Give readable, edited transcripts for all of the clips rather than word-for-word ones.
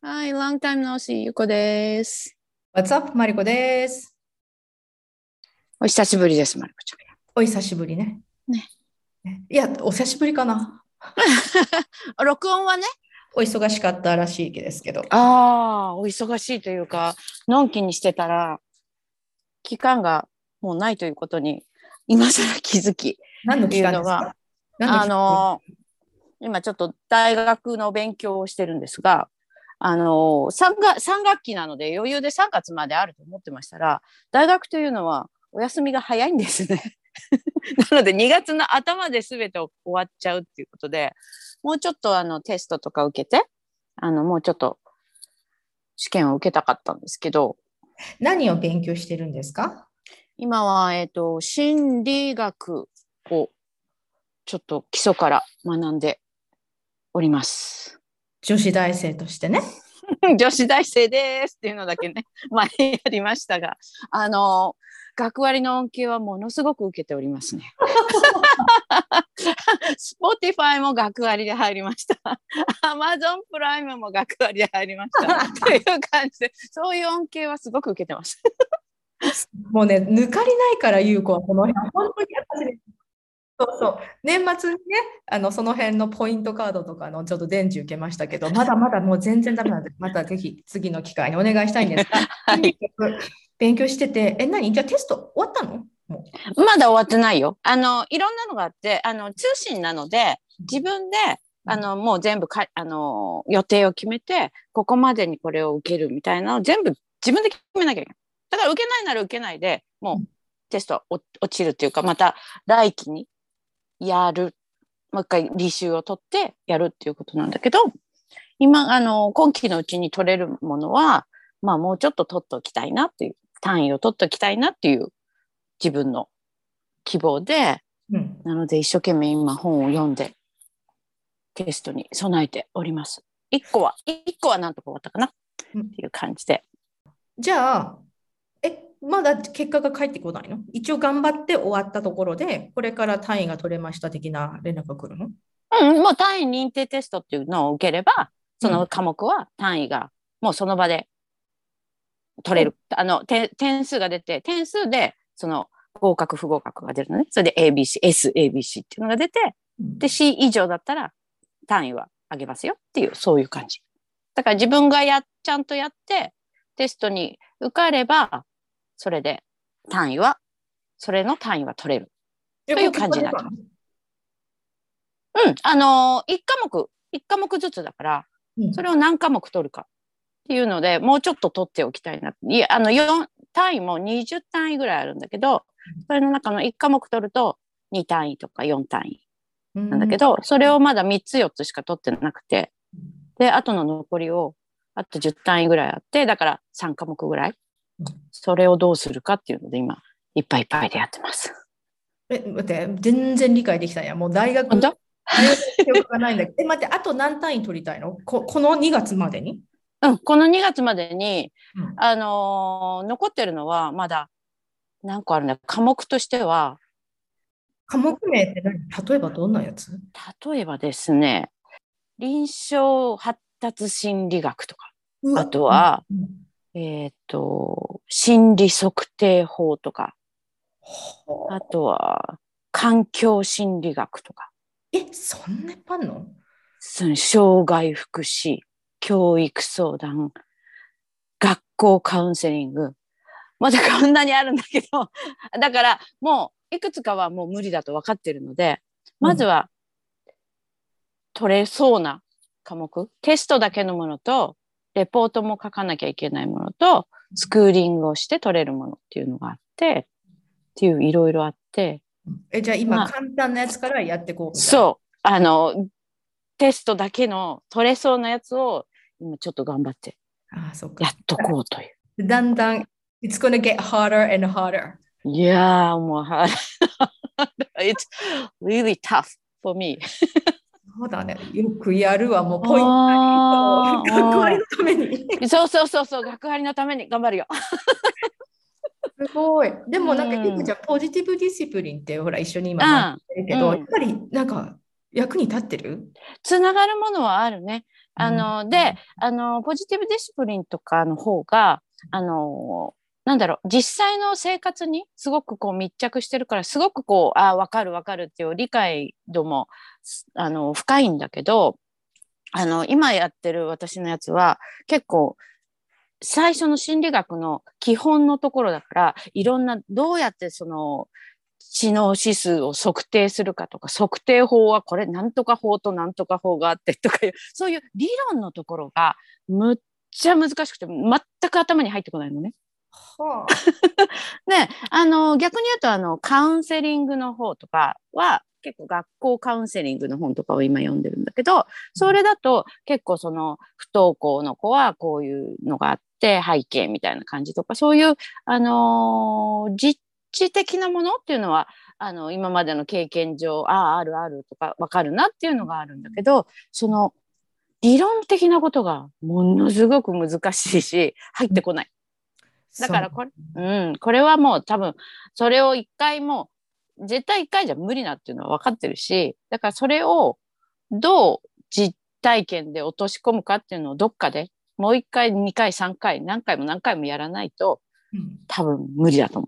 はい、long time no see ゆこです。 What's up? マリコです。 お久しぶりです、まりこちお久しぶりね。 ゃん。ね。 いや、お久しぶりかな。 録音はね、 お忙しかったらしいですけど。 お忙しいというか、のんきにしてたら、期間がもうないということに、今更気づき、って何の期いうのが、 間ですか？何のあ期間？ の今ちょっと大学の勉強をしてるんですが、3学期なので余裕で3月まであると思ってましたら、大学というのはお休みが早いんですね。なので2月の頭で全て終わっちゃうっていうことで、もうちょっとテストとか受けて、もうちょっと試験を受けたかったんですけど、 何を勉強してるんですか？ 今は、心理学をちょっと基礎から学んでおります。 女子大生としてね。 女子大生ですっていうのだけね、前やりましたが、学割の恩恵はものすごく受けておりますね。Spotify も学割で入りました。Amazon プライムも学割で入りました。という感じで、そういう恩恵はすごく受けてます。 もうね、抜かりないから、優子はこの辺、本当に私ね、そうそう、年末にね、その辺のポイントカードとかのちょっと伝授受けましたけど、まだまだもう全然ダメなんで、またぜひ次の機会にお願いしたいんですが、 はい。 勉強してて、何じゃあテスト終わったの？もまだ終わってないよ。いろんなのがあって、通信なので、自分で、もう全部予定を決めて、ここまでにこれを受けるみたいなのを全部自分で決めなきゃいけない。だから受けないなら受けないで、もうテストは落ちるっていうか、また来期にやる。もう一回履修を取ってやるっていうことなんだけど、今、今期のうちに取れるものは、まあもうちょっと取っておきたいなっていう、単位を取っておきたいなっていう自分の希望で、 うん、 なので一生懸命今本を読んでテストに備えております。一個はなんとか終わったかなっていう感じで。 じゃあ、まだ結果が返ってこないの？一応頑張って終わったところで、これから単位が取れました的な連絡が来るの？ もう単位認定テストっていうのを受ければ、その科目は単位がもうその場で取れる。点数が出て、点数でその合格不合格が出るのね。それで ABC、SABC っていうのが出て、で C 以上だったら単位は上げますよっていう、そういう感じ。だから自分がちゃんとやってテストに受かれば、それでそれの単位は取れるという感じになってます。一科目ずつだから、それを何科目取るかっていうので、もうちょっと取っておきたいな。いや、単位も20単位ぐらいあるんだけど、それの中の1科目取ると2単位とか4単位なんだけど、それをまだ3つ4つしか取ってなくて、で、あとの残りを、あと10単位ぐらいあって、だから3科目ぐらい。それをどうするかっていうので、今、いっぱいいっぱいでやってます。 待って、全然理解できたんや。もう本当？ 大学の記憶がないんだけど。待って、あと何単位取りたいの？この2月までに？ この2月までに、残ってるのはまだ何個あるんだ。科目としては。 科目名って何？例えばどんなやつ？ 例えばですね、臨床発達心理学とか、あとは、心理測定法とか、あとは環境心理学とか、 そんなにあんの？ 障害福祉、教育相談、学校カウンセリング、まだこんなにあるんだけど、だからもういくつかはもう無理だと分かってるので、まずは取れそうな科目、テストだけのものと、レポートも書かなきゃいけないものと、スクーリングをして取れるものっていうのがあって、っていういろいろあって。 じゃあ今、簡単なやつからやっていこうみたいな。 そう。テストだけの取れそうなやつを今ちょっと頑張ってやっとこうという。 だんだん、it's gonna get harder and harder. いやー、もう、it's really tough for me. そうだね。よくやるわ。もうポイント学割のために。 そう。学割のために頑張るよ。 すごい。でもなんか、じゃあポジティブディシプリンってほら一緒に今学んでるけど、やっぱりなんか役に立ってる？ つながるものはあるね。 で、ポジティブディスプリンとかの方が、なんだろう、実際の生活にすごくこう密着してるから、すごくこう、わかるわかるっていう理解度も、深いんだけど、今やってる私のやつは、結構、最初の心理学の基本のところだから、いろんな、どうやってその、知能指数を測定するかとか、測定法はこれ、なんとか法となんとか法があってとかいう、そういう理論のところがむっちゃ難しくて、全く頭に入ってこないのね。 はあ。 で、逆に言うと、カウンセリングの方とかは、結構学校カウンセリングの本とかを今読んでるんだけど、それだと結構その不登校の子はこういうのがあって背景みたいな感じとか、そういう、実地的なものっていうのは、今までの経験上、あるあるとかわかるなっていうのがあるんだけど、その理論的なことがものすごく難しいし、入ってこない。だからこれはもう多分、それを一回も絶対一回じゃ無理なっていうのは分かってるし、だからそれをどう実体験で落とし込むかっていうのをどっかでもう一回、二回、三回、何回も何回もやらないと、多分無理だと思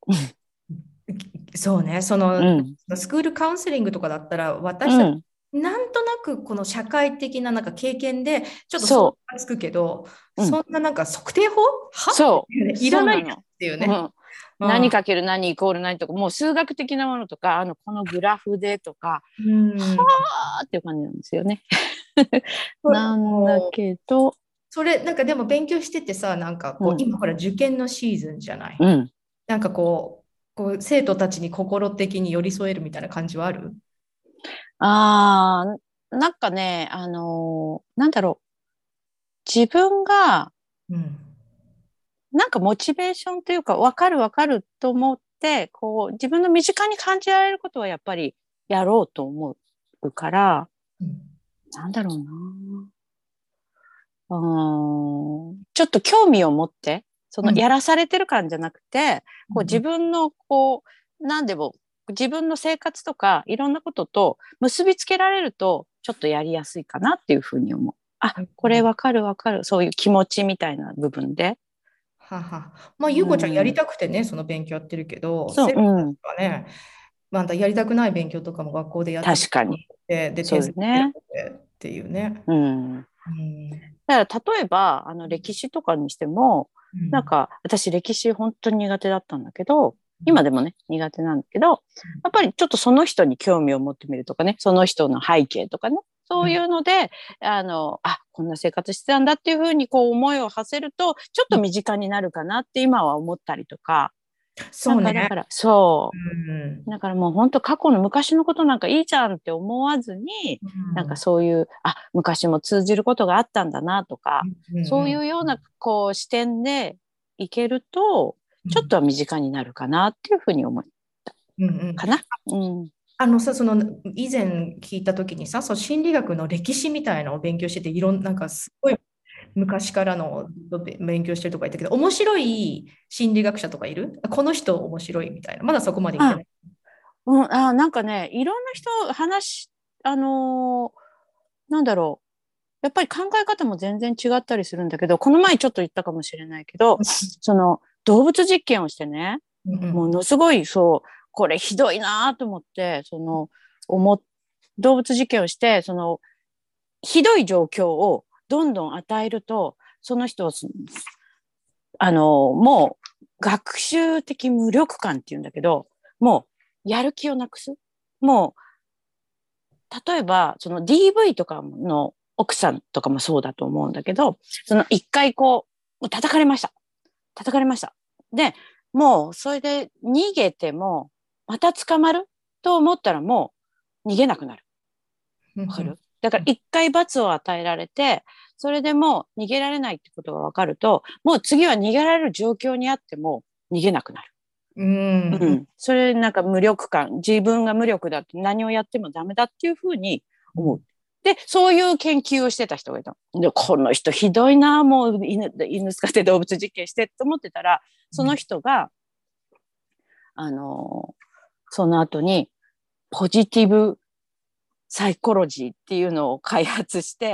そうね、スクールカウンセリングとかだったら、私たち、なんとなくこの社会的ななんか経験で、ちょっと想像がつくけど、そんななんか測定法いらないっていうね。 何かける何イコール何とか、もう数学的なものとか、このグラフでとか、はーっていう感じなんですよね。なんだけど。 それ、なんかでも勉強しててさ、なんかこう、今ほら受験のシーズンじゃない。なんかこう生徒たちに心的に寄り添えるみたいな感じはある？ なんかね、なんだろう。自分が、なんかモチベーションというか、わかるわかると思って、こう、自分の身近に感じられることはやっぱりやろうと思うから、なんだろうな。ちょっと興味を持って、やらされてる感じゃなくて、こう自分の、こう、なんでも、自分の生活とか、いろんなことと結びつけられると、ちょっとやりやすいかなっていうふうに思う。これわかるわかる。そういう気持ちみたいな部分で。 まあ、ゆうこちゃんやりたくてね、その勉強やってるけど、 そう、 はね、またやりたくない勉強とかも学校でやって確かに。 で、 そうですね。 っていうね。 だから例えば、歴史とかにしても、なんか、私歴史本当に苦手だったんだけど、今でもね、苦手なんだけど、やっぱりちょっとその人に興味を持ってみるとかね、その人の背景とかね、そういうので、こんな生活してたんだっていうふうにこう思いを馳せると、ちょっと身近になるかなって今は思ったりとか。 そうね。 だから、だからもう本当過去の昔のことなんかいいじゃんって思わずに、なんかそういう、昔も通じることがあったんだなとか、そういうようなこう視点でいけると、ちょっとは身近になるかなっていうふうに思ったかな。 以前聞いたときにさ、心理学の歴史みたいなのを勉強してて、なんかすごい昔からの勉強してるとか言ったけど、面白い心理学者とかいる？この人面白いみたいな。まだそこまで言ってない。 なんかね、いろんな人なんだろう。やっぱり考え方も全然違ったりするんだけど、この前ちょっと言ったかもしれないけど、動物実験をしてね、ものすごいこれひどいなと思って、動物実験をして、ひどい状況をどんどん与えると、その人を、もう学習的無力感っていうんだけど、もうやる気をなくす。もう、例えば、DV とかの奥さんとかもそうだと思うんだけど、一回もう叩かれました。叩かれました。で、もうそれで逃げても、また捕まると思ったらもう逃げなくなる。わかる？だから一回罰を与えられて、それでもう逃げられないってことが分かると、もう次は逃げられる状況にあっても逃げなくなる。それなんか無力感、自分が無力だって何をやってもダメだっていうふうに思う。で、そういう研究をしてた人がいた。で、この人ひどいな、もう犬使って動物実験してって思ってたら、その人が、その後にポジティブサイコロジーっていうのを開発して、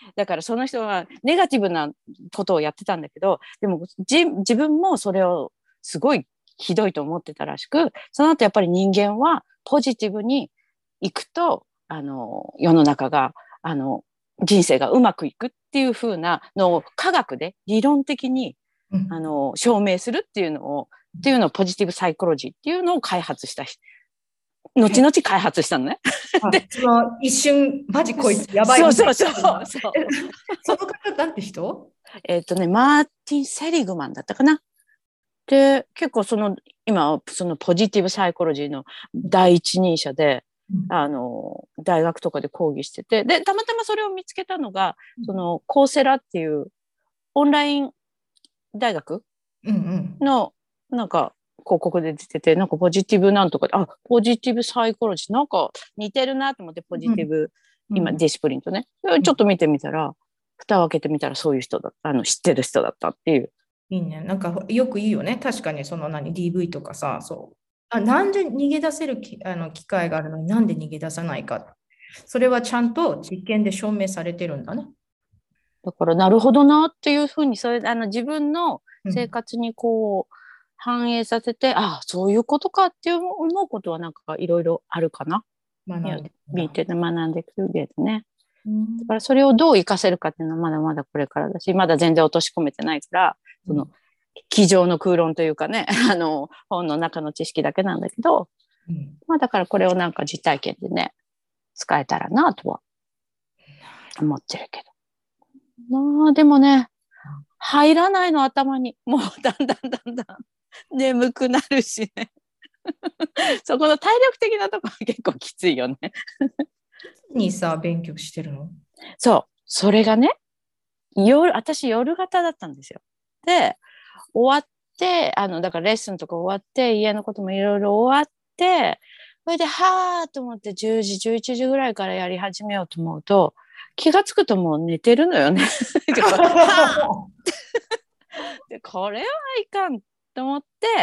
だからその人はネガティブなことをやってたんだけど、でも自分もそれをすごいひどいと思ってたらしく、その後やっぱり人間はポジティブにいくと世の中が人生がうまくいくっていう風なのを科学で理論的に証明するっていうのをポジティブサイコロジーっていうのを開発した人、後々開発したのね。 で、その一瞬マジこいつやばい。 そうそうそう。 その方なんて人？ マーティン・セリグマンだったかな。で、結構今そのポジティブサイコロジーの第一人者で、大学とかで講義してて、でたまたまそれを見つけたのがそのコーセラっていうオンライン大学のなんか広告で出てて、なんかポジティブなんとか、ポジティブサイコロジーなんか似てるなと思って、ポジティブ、今ディシプリンとね、ちょっと見てみたら、蓋を開けてみたらそういう人だった、知ってる人だったっていう。 いいね。なんかよくいいよね。確かにDV とかさ、なんで逃げ出せる機会があるのになんで逃げ出さないか。それはちゃんと実験で証明されてるんだね。 だからなるほどなっていうふうに、それ自分の生活にこう、反映させて、そういうことかって思うことはなんかいろいろあるかな。見て学んでくるけどね。だからそれをどう活かせるかっていうのはまだまだこれからだし、まだ全然落とし込めてないから、その机上の空論というかね、本の中の知識だけなんだけど、だからこれをなんか実体験でね、使えたらなとは思ってるけど。でもね、入らないの頭に。もうだんだん眠くなるしね。そこの体力的なところは結構きついよね。 にさ、勉強してるの？ そう。それがね、私夜型だったんですよ。で、終わって、だからレッスンとか終わって、家のこともいろいろ終わって、それで、はーと思って10時、11時ぐらいからやり始めようと思うと、気がつくともう寝てるのよね。でこれはいかんと思って、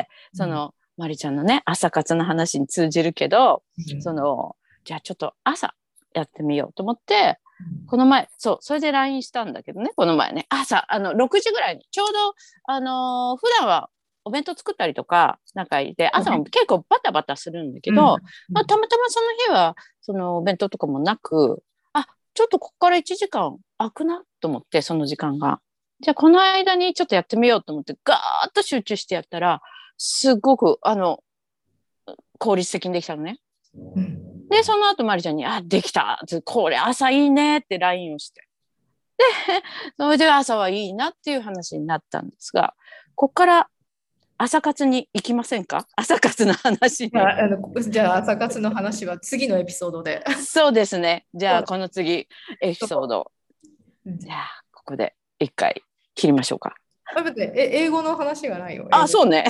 まりちゃんのね、朝活の話に通じるけど、じゃあちょっと朝やってみようと思って、この前、それで LINE したんだけどね、この前ね、朝、6時ぐらいに、ちょうど、普段はお弁当作ったりとか、なんかいて、朝も結構バタバタするんだけど、たまたまその日は、お弁当とかもなく、ちょっとここから1時間空くなと思って、その時間が。じゃあこの間にちょっとやってみようと思って、ガーッと集中してやったら、すごく、効率的にできたのね。で、その後、まりちゃんに、できた。これ朝いいねって LINE をして。で、それで朝はいいなっていう話になったんですが、ここから朝活に行きませんか？朝活の話に。 じゃあ朝活の話は次のエピソードで。 そうですね。じゃあこの次、エピソード。じゃあ、ここで一回切りましょうか。 待って、英語の話がないよ。 そうね。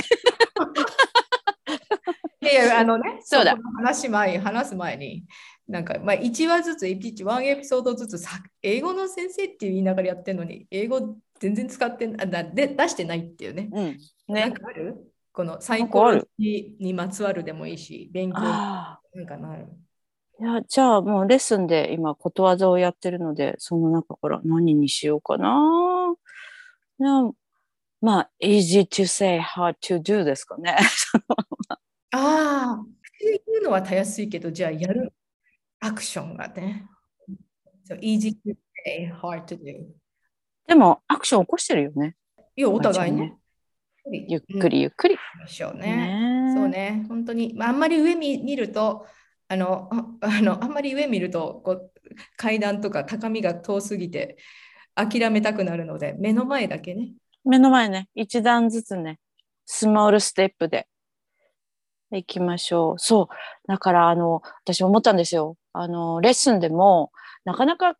そうだ。話す前に、なんか、1話ずつ、1エピソードずつ英語の先生って言いながらやってるのに、英語全然使って出してないっていうね。なんかある？このサイコロジーにまつわるでもいいし、勉強なんかなる。 いや、じゃあもうレッスンで今ことわざをやってるので、その中から何にしようかな。easy to say, hard to do ですかね。 普通に言うのはたやすいけど、じゃあやるアクションがね。So easy to say, hard to do。 でもアクション起こしてるよね。 いや、お互いね。 ゆっくりゆっくり。 でしょうね。そうね。本当に、あんまり上見ると、あんまり上見ると階段とか高みが遠すぎて諦めたくなるので、目の前だけね。 目の前ね、一段ずつね、スモールステップで行きましょう。そう。だから私思ったんですよ。レッスンでもなかなか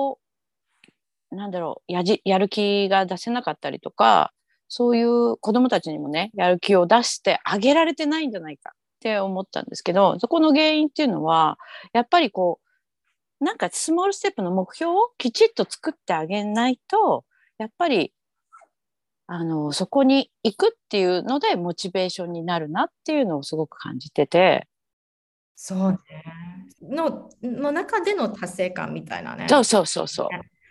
やる気が出せなかったりとか、そういう子どもたちにもね、やる気を出してあげられてないんじゃないかって思ったんですけど、そこの原因っていうのはやっぱりなんかスモールステップの目標をきちっと作ってあげないと、やっぱりそこに行くっていうのでモチベーションになるなっていうのをすごく感じてて。 そうね。の中での達成感みたいなね。 そう。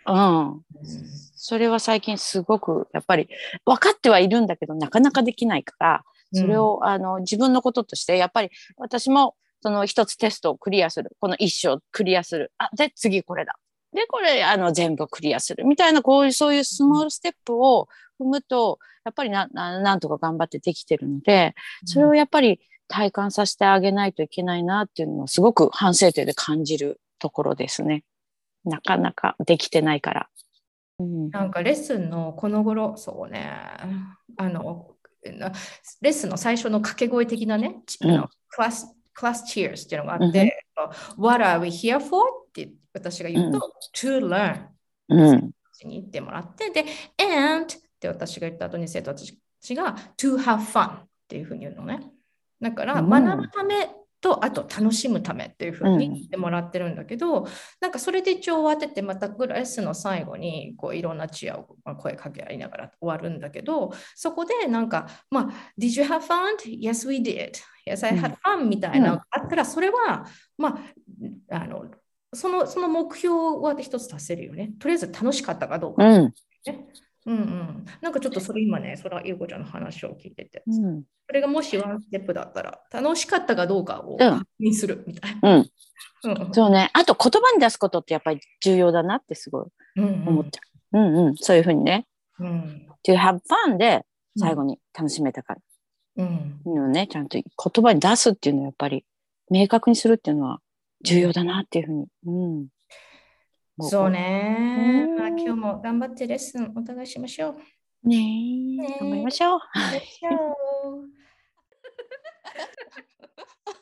うん。それは最近すごくやっぱり分かってはいるんだけどなかなかできないから、それを自分のこととしてやっぱり私もその一つテストをクリアする、この一章クリアする、あで次これだ、でこれ全部クリアするみたいな、こういうそういうスモールステップを踏むとやっぱりなんとか頑張ってできてるので、それをやっぱり体感させてあげないといけないなっていうのはすごく反省点で感じるところですね。なかなかできてないから。 なんかレッスンのこの頃、そうね、あの、レッスンの最初の掛け声的なね、クラスチェアーズっていうのがあって、What are we here for? って私が言うと、To learn に言ってもらって、で、And って私が言った後に生徒たちが To have fun っていうふうに言うのね。だから学ぶためと、あと楽しむためっていうふうに言ってもらってるんだけど、なんかそれで一応終わってて、またレッスンの最後にこういろんなチアを声かけ合いながら終わるんだけど、そこでなんか、まあ、Did you have fun? Yes, we did. Yes, I had fun みたいな、あったら、それは、まあ、その目標は一つ達せるよね。とりあえず楽しかったかどうか、ね。なんかちょっとそれ今ね、それはゆうこちゃんの話を聞いてて、それがもしワンステップだったら、楽しかったかどうかを確認するみたいな。 そうね。あと言葉に出すことってやっぱり重要だなってすごい思っちゃう。そういうふうにね。To have fun で最後に楽しめたから。ね、ちゃんと言葉に出すっていうのはやっぱり明確にするっていうのは重要だなっていうふうに。 そうね。まあ、今日も頑張ってレッスンお互いしましょう。 ねえ、頑張りましょう。